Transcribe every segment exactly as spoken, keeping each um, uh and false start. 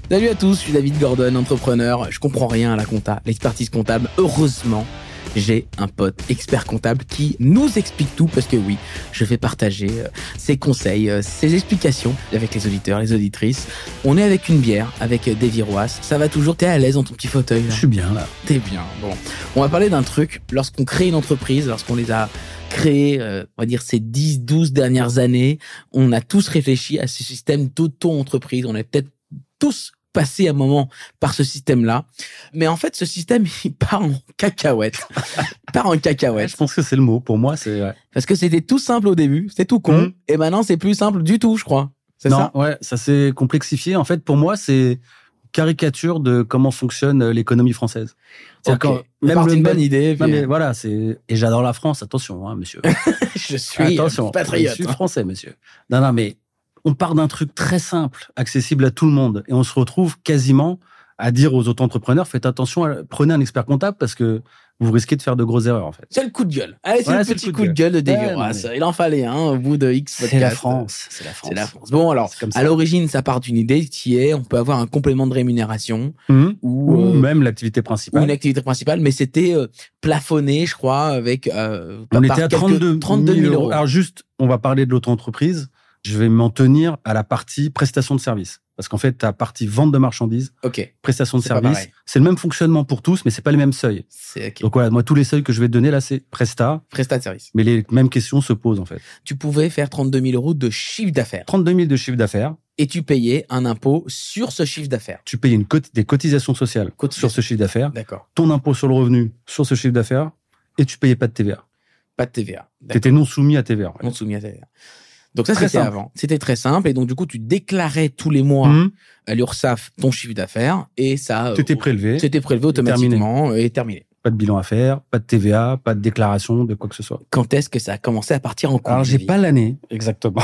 Salut à tous, je suis David Gordon, entrepreneur. Je comprends rien à la compta, l'expertise comptable. Heureusement, j'ai un pote expert comptable qui nous explique tout parce que oui, je vais partager euh, ses conseils, euh, ses explications avec les auditeurs, les auditrices. On est avec une bière, avec des Virois. Ça va toujours? T'es à l'aise dans ton petit fauteuil là? Je suis bien là. T'es bien. Bon, on va parler d'un truc. Lorsqu'on crée une entreprise, lorsqu'on les a créés, euh, on va dire ces dix douze dernières années, on a tous réfléchi à ce système d'auto-entreprise. On est peut-être tous passé un moment par ce système-là. Mais en fait, ce système, il part en cacahuète. Il part en cacahuète. Je pense que c'est le mot. Pour moi, c'est... Ouais. Parce que c'était tout simple au début, c'était tout con. Mmh. Et maintenant, c'est plus simple du tout, je crois. C'est non, ça? Ouais, ça s'est complexifié. En fait, pour moi, c'est caricature de comment fonctionne l'économie française. Okay. Même une bonne idée. Puis... Non, mais voilà, c'est... Et j'adore la France, attention, hein, monsieur. je suis attention, patriote. Je suis français, monsieur. Non, non, mais... On part d'un truc très simple, accessible à tout le monde, et on se retrouve quasiment à dire aux auto-entrepreneurs, faites attention, prenez un expert comptable parce que vous risquez de faire de grosses erreurs, en fait. C'est le coup de gueule. Allez, c'est ouais, le petit le coup, coup de gueule de Desvirois. Ouais, il en fallait un hein, au bout de X podcast. C'est la France. C'est la France. C'est la France. Bon, alors, à l'origine, ça part d'une idée qui est, on peut avoir un complément de rémunération mmh. ou, ou euh, même l'activité principale. Ou une activité principale, mais c'était euh, plafonné, je crois, avec... Euh, on était à trente-deux mille euros. Alors juste, on va parler de l'auto-entreprise. Je vais m'en tenir à la partie prestation de service. Parce qu'en fait, ta partie vente de marchandises, okay. prestation de service, c'est le même fonctionnement pour tous, mais c'est pas les mêmes seuils. Okay. Donc voilà, moi, tous les seuils que je vais te donner là, c'est Presta. Presta de service. Mais les mêmes questions se posent, en fait. Tu pouvais faire trente-deux mille euros de chiffre d'affaires. trente-deux mille de chiffre d'affaires. Et tu payais un impôt sur ce chiffre d'affaires. Tu payais une cot- des cotisations sociales Cotisation. sur ce chiffre d'affaires. D'accord. Ton impôt sur le revenu sur ce chiffre d'affaires. Et tu payais pas de T V A. Pas de T V A. Tu étais non soumis à T V A. Non soumis à T V A. Donc ça, très c'était simple. Avant. C'était très simple. Et donc, du coup, tu déclarais tous les mois mmh. à l'URSSAF ton chiffre d'affaires et ça... C'était prélevé. C'était prélevé automatiquement et terminé. Pas de bilan à faire, pas de T V A, pas de déclaration, de quoi que ce soit. Quand est-ce que ça a commencé à partir en compte? Alors, j'ai pas l'année, exactement.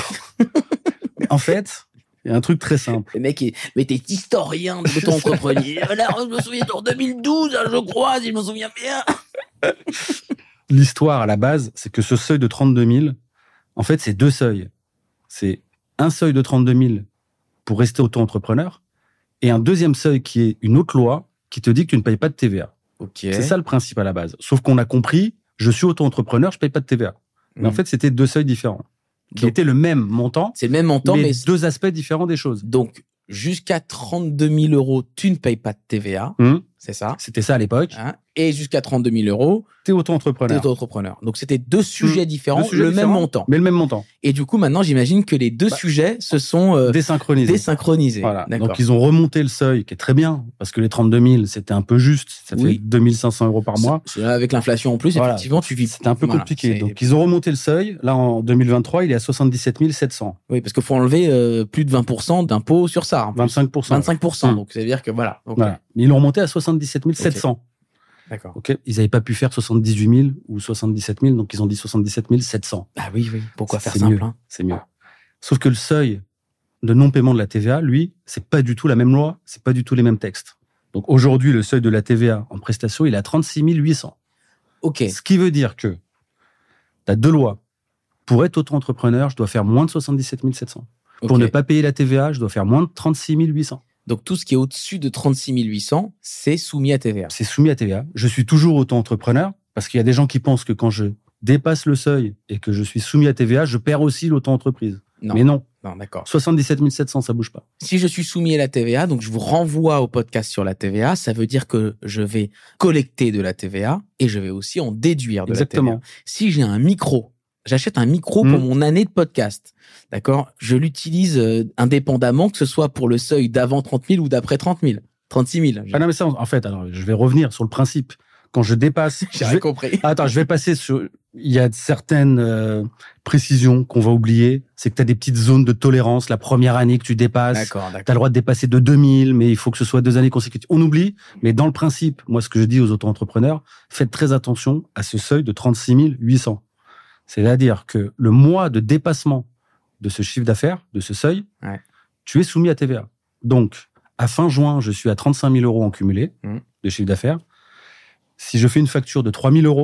Mais en fait, il y a un truc très simple. Le mec, est... mais t'es historien de l'auto-entrepreneur. Alors, je me souviens en deux mille douze, je crois, si je me souviens bien. L'histoire, à la base, c'est que ce seuil de trente-deux mille, en fait, c'est deux seuils. C'est un seuil de trente-deux mille pour rester auto-entrepreneur et un deuxième seuil qui est une autre loi qui te dit que tu ne payes pas de T V A. Okay. C'est ça le principe à la base. Sauf qu'on a compris, je suis auto-entrepreneur, je ne paye pas de T V A. Mais mmh. en fait, c'était deux seuils différents. Qui Donc, étaient le même montant. C'est le même montant, mais, mais deux aspects différents des choses. Donc, jusqu'à trente-deux mille euros, tu ne payes pas de T V A. Mmh. C'est ça. C'était ça à l'époque. Hein, et jusqu'à trente-deux mille euros, t'es auto-entrepreneur. T'es auto-entrepreneur. Donc, c'était deux sujets mmh. différents, deux sujets le différents, même montant. Mais le même montant. Et du coup, maintenant, j'imagine que les deux bah, sujets se sont euh, désynchronisés. désynchronisés. Voilà. Donc, ils ont remonté le seuil, qui est très bien, parce que les trente-deux mille, c'était un peu juste. Ça oui. fait deux mille cinq cents euros par mois. C'est, c'est avec l'inflation en plus, voilà. Effectivement, tu vis. C'était un peu voilà, compliqué. C'est... Donc, ils ont remonté le seuil. Là, en deux mille vingt-trois, il est à soixante-dix-sept mille sept cents. Oui, parce qu'il faut enlever euh, plus de vingt pour cent d'impôts sur ça. vingt-cinq pour cent. vingt-cinq pour cent. Mmh. Donc, ça veut dire que voilà. Okay. voilà. Ils l'ont remonté à soixante-dix-sept mille sept cents. Okay. D'accord. Okay. Ils n'avaient pas pu faire soixante-dix-huit mille ou soixante-dix-sept mille, donc ils ont dit soixante-dix-sept mille sept cents. Ah oui, oui. Pourquoi c'est, faire simple mieux. Hein C'est mieux. Sauf que le seuil de non-paiement de la T V A, lui, c'est pas du tout la même loi, c'est pas du tout les mêmes textes. Donc aujourd'hui, le seuil de la T V A en prestation, il est à trente-six mille huit cents. Ok. Ce qui veut dire que tu as deux lois. Pour être auto-entrepreneur, je dois faire moins de soixante-dix-sept mille sept cents. Okay. Pour ne pas payer la T V A, je dois faire moins de trente-six mille huit cents. Donc, tout ce qui est au-dessus de trente-six mille huit cents, c'est soumis à T V A. C'est soumis à T V A. Je suis toujours auto-entrepreneur parce qu'il y a des gens qui pensent que quand je dépasse le seuil et que je suis soumis à T V A, je perds aussi l'auto-entreprise. Non. Mais non. Non, d'accord. soixante-dix-sept mille sept cents, ça bouge pas. Si je suis soumis à la T V A, donc je vous renvoie au podcast sur la T V A, ça veut dire que je vais collecter de la T V A et je vais aussi en déduire de Exactement. la T V A. Si j'ai un micro, j'achète un micro mmh. pour mon année de podcast. D'accord? Je l'utilise euh, indépendamment, que ce soit pour le seuil d'avant trente mille ou d'après trente mille. trente-six mille. Ah non, mais ça, en fait, alors, je vais revenir sur le principe. Quand je dépasse... J'ai je rien vais... compris. Attends, je vais passer sur... Il y a certaines euh, précisions qu'on va oublier. C'est que tu as des petites zones de tolérance. La première année que tu dépasses, d'accord, d'accord. tu as le droit de dépasser de deux mille, mais il faut que ce soit deux années consécutives. On oublie, mais dans le principe, moi, ce que je dis aux auto-entrepreneurs, faites très attention à ce seuil de trente-six mille huit cents. C'est-à-dire que le mois de dépassement de ce chiffre d'affaires, de ce seuil, ouais. tu es soumis à T V A. Donc, à fin juin, je suis à trente-cinq mille euros en cumulé mmh. de chiffre d'affaires. Si je fais une facture de trois mille euros,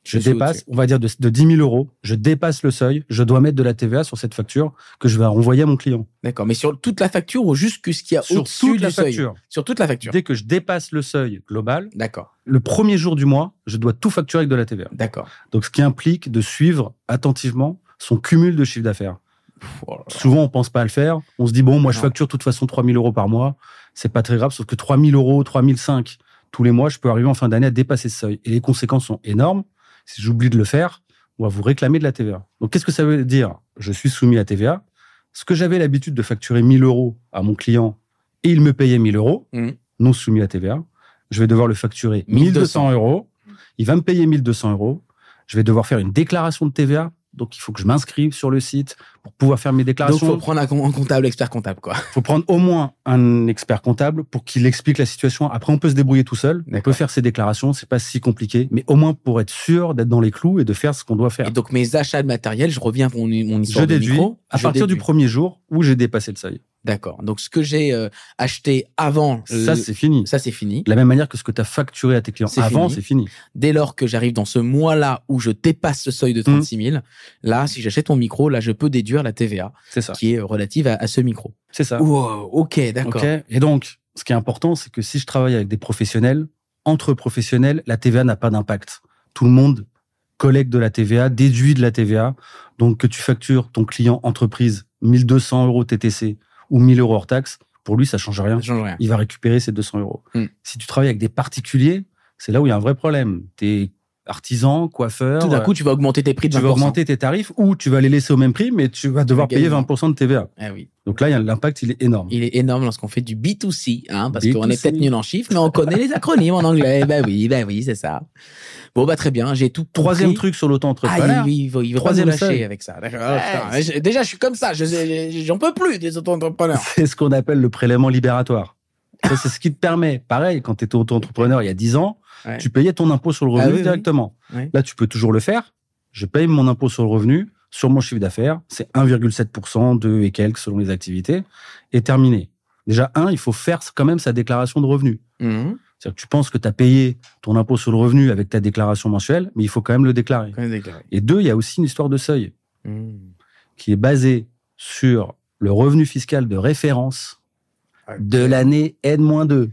Je dépasse, on va dire de, de dix mille euros, je dépasse le seuil, je dois mettre de la T V A sur cette facture que je vais renvoyer à mon client. D'accord, mais sur toute la facture ou juste ce qu'il y a sur au-dessus toute du la seuil? facture. Sur toute la facture. Dès que je dépasse le seuil global, d'accord. Le premier jour du mois, je dois tout facturer avec de la T V A. D'accord. Donc, ce qui implique de suivre attentivement son cumul de chiffre d'affaires. Oh là là. Souvent, on pense pas à le faire. On se dit, bon, moi, non. je facture de toute façon trois mille euros par mois. C'est pas très grave, sauf que trois mille euros, trois mille cinq tous les mois, je peux arriver en fin d'année à dépasser ce seuil. Et les conséquences sont énormes. Si j'oublie de le faire, on va vous réclamer de la T V A. Donc, qu'est-ce que ça veut dire? Je suis soumis à T V A. Ce que j'avais l'habitude de facturer mille euros à mon client et il me payait mille euros, mmh. non soumis à T V A, je vais devoir le facturer mille deux cents euros. Il va me payer mille deux cents euros. Je vais devoir faire une déclaration de T V A. Donc, il faut que je m'inscrive sur le site pour pouvoir faire mes déclarations. Donc, il faut prendre un comptable, expert comptable, quoi. Il faut prendre au moins un expert comptable pour qu'il explique la situation. Après, on peut se débrouiller tout seul. D'accord. On peut faire ses déclarations. C'est pas si compliqué. Mais au moins pour être sûr d'être dans les clous et de faire ce qu'on doit faire. Et donc, mes achats de matériel, je reviens pour mon, mon histoire je de déduis micro. à je partir déduis. du premier jour où j'ai dépassé le seuil. D'accord. Donc, ce que j'ai euh, acheté avant... Ça, euh, c'est fini. Ça, c'est fini. De la même manière que ce que tu as facturé à tes clients c'est avant, fini. c'est fini. Dès lors que j'arrive dans ce mois-là où je dépasse ce seuil de trente-six mille, mmh. là, si j'achète mon micro, là, je peux déduire la T V A. C'est ça. Qui est relative à, à ce micro. C'est ça. Wow, ok, d'accord. Okay. Et donc, ce qui est important, c'est que si je travaille avec des professionnels, entre professionnels, la T V A n'a pas d'impact. Tout le monde collecte de la T V A, déduit de la T V A. Donc, que tu factures ton client entreprise mille deux cents euros T T C ou mille euros hors taxe, pour lui, ça change rien. Ça change rien. Il va récupérer ses deux cents euros. Mm. Si tu travailles avec des particuliers, c'est là où il y a un vrai problème. T'es artisan, coiffeur. Tout d'un coup, tu vas augmenter tes prix de vingt pour cent. Tu vas augmenter tes tarifs ou tu vas les laisser au même prix, mais tu vas devoir payer vingt pour cent de T V A. Ah oui. Donc là, il y a l'impact, il est énorme. Il est énorme lorsqu'on fait du B deux C, hein, parce B deux C. qu'on est peut-être nul en chiffres, mais on connaît les acronymes en anglais. Ben oui, ben oui, c'est ça. Bon, bah très bien, j'ai tout Troisième compris. truc sur l'auto-entrepreneur. Ah oui, il veut, il veut Troisième pas nous lâcher seuil. avec ça. D'accord. Oh, putain, déjà, je suis comme ça, je, j'en peux plus des auto-entrepreneurs. C'est ce qu'on appelle le prélèvement libératoire. Ça, c'est ce qui te permet, pareil, quand tu étais auto-entrepreneur il y a dix ans, ouais. tu payais ton impôt sur le revenu ah, oui, directement. Oui. Oui. Là, tu peux toujours le faire. Je paye mon impôt sur le revenu sur mon chiffre d'affaires. C'est un virgule sept pour cent, deux et quelques selon les activités. Et terminé. Déjà, un, il faut faire quand même sa déclaration de revenus. Mmh. C'est-à-dire que tu penses que tu as payé ton impôt sur le revenu avec ta déclaration mensuelle, mais il faut quand même le déclarer. Quand même déclarer. Et deux, il y a aussi une histoire de seuil mmh. qui est basée sur le revenu fiscal de référence okay. de l'année N deux.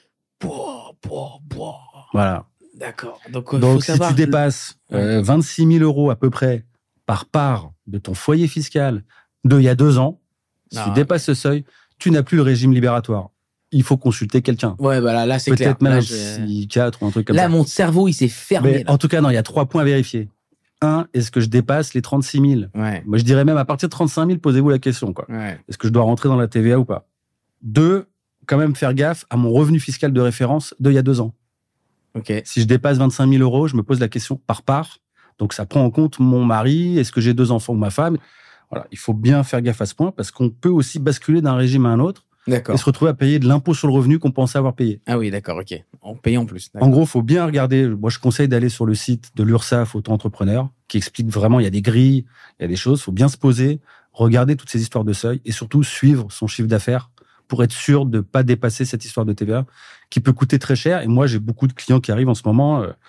Boah, boah, boah. Voilà. D'accord. Donc, Donc faut si savoir... tu dépasses euh, vingt-six mille euros à peu près par part de ton foyer fiscal d'il y a deux ans, si ah, tu dépasses okay. ce seuil, tu n'as plus le régime libératoire. Il faut consulter quelqu'un. Ouais, bah là, là c'est Peut-être clair. même un je... psychiatre ou un truc comme là, ça. Là, mon cerveau, il s'est fermé. Mais en tout cas, non, il y a trois points à vérifier. Un, est-ce que je dépasse les trente-six mille? Ouais. Moi, je dirais même à partir de trente-cinq mille, posez-vous la question, quoi. Ouais. Est-ce que je dois rentrer dans la T V A ou pas? Deux, quand même faire gaffe à mon revenu fiscal de référence d'il y a deux ans. Okay. Si je dépasse vingt-cinq mille euros, je me pose la question par part. Donc, ça prend en compte mon mari, est-ce que j'ai deux enfants ou ma femme? Voilà, il faut bien faire gaffe à ce point parce qu'on peut aussi basculer d'un régime à un autre d'accord. et se retrouver à payer de l'impôt sur le revenu qu'on pensait avoir payé. Ah oui, d'accord, ok. On paye en plus. En gros, il faut bien regarder. Moi, je conseille d'aller sur le site de l'URSSAF auto-entrepreneur qui explique vraiment, il y a des grilles, il y a des choses. Il faut bien se poser, regarder toutes ces histoires de seuil et surtout suivre son chiffre d'affaires pour être sûr de ne pas dépasser cette histoire de T V A qui peut coûter très cher. Et moi, j'ai beaucoup de clients qui arrivent en ce moment euh,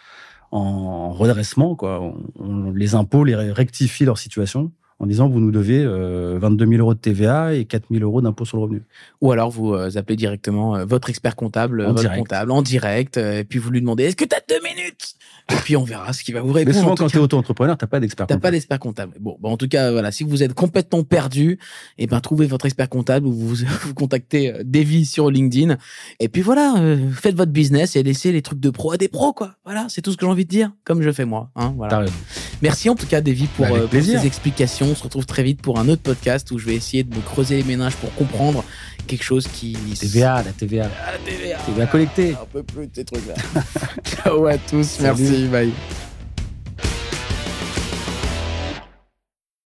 en redressement, quoi. On, on, les impôts les rectifient leur situation en disant vous nous devez euh, vingt-deux mille euros de T V A et quatre mille euros d'impôt sur le revenu. Ou alors vous euh, appelez directement euh, votre expert comptable, en votre direct. comptable en direct, euh, et puis vous lui demandez est-ce que tu as deux minutes? Et puis on verra ce qu'il va vous répondre. Mais souvent quand tu es auto-entrepreneur, t'as pas d'expert t'as comptable. T'as pas d'expert comptable. Bon, bah en tout cas voilà, si vous êtes complètement perdu, et ben trouvez votre expert comptable ou vous vous contactez euh, Davy sur LinkedIn. Et puis voilà, euh, faites votre business et laissez les trucs de pro à des pros, quoi. Voilà, c'est tout ce que j'ai envie de dire, comme je fais moi. Hein, voilà. T'as raison. Merci en tout cas Davy pour, bah, euh, pour ces explications. On se retrouve très vite pour un autre podcast où je vais essayer de me creuser les méninges pour comprendre quelque chose qui... T V A, la T V A. Ah, la T V A. T V A collectée. Un peu plus de ces trucs-là. Ciao à tous. Salut. Merci. Bye.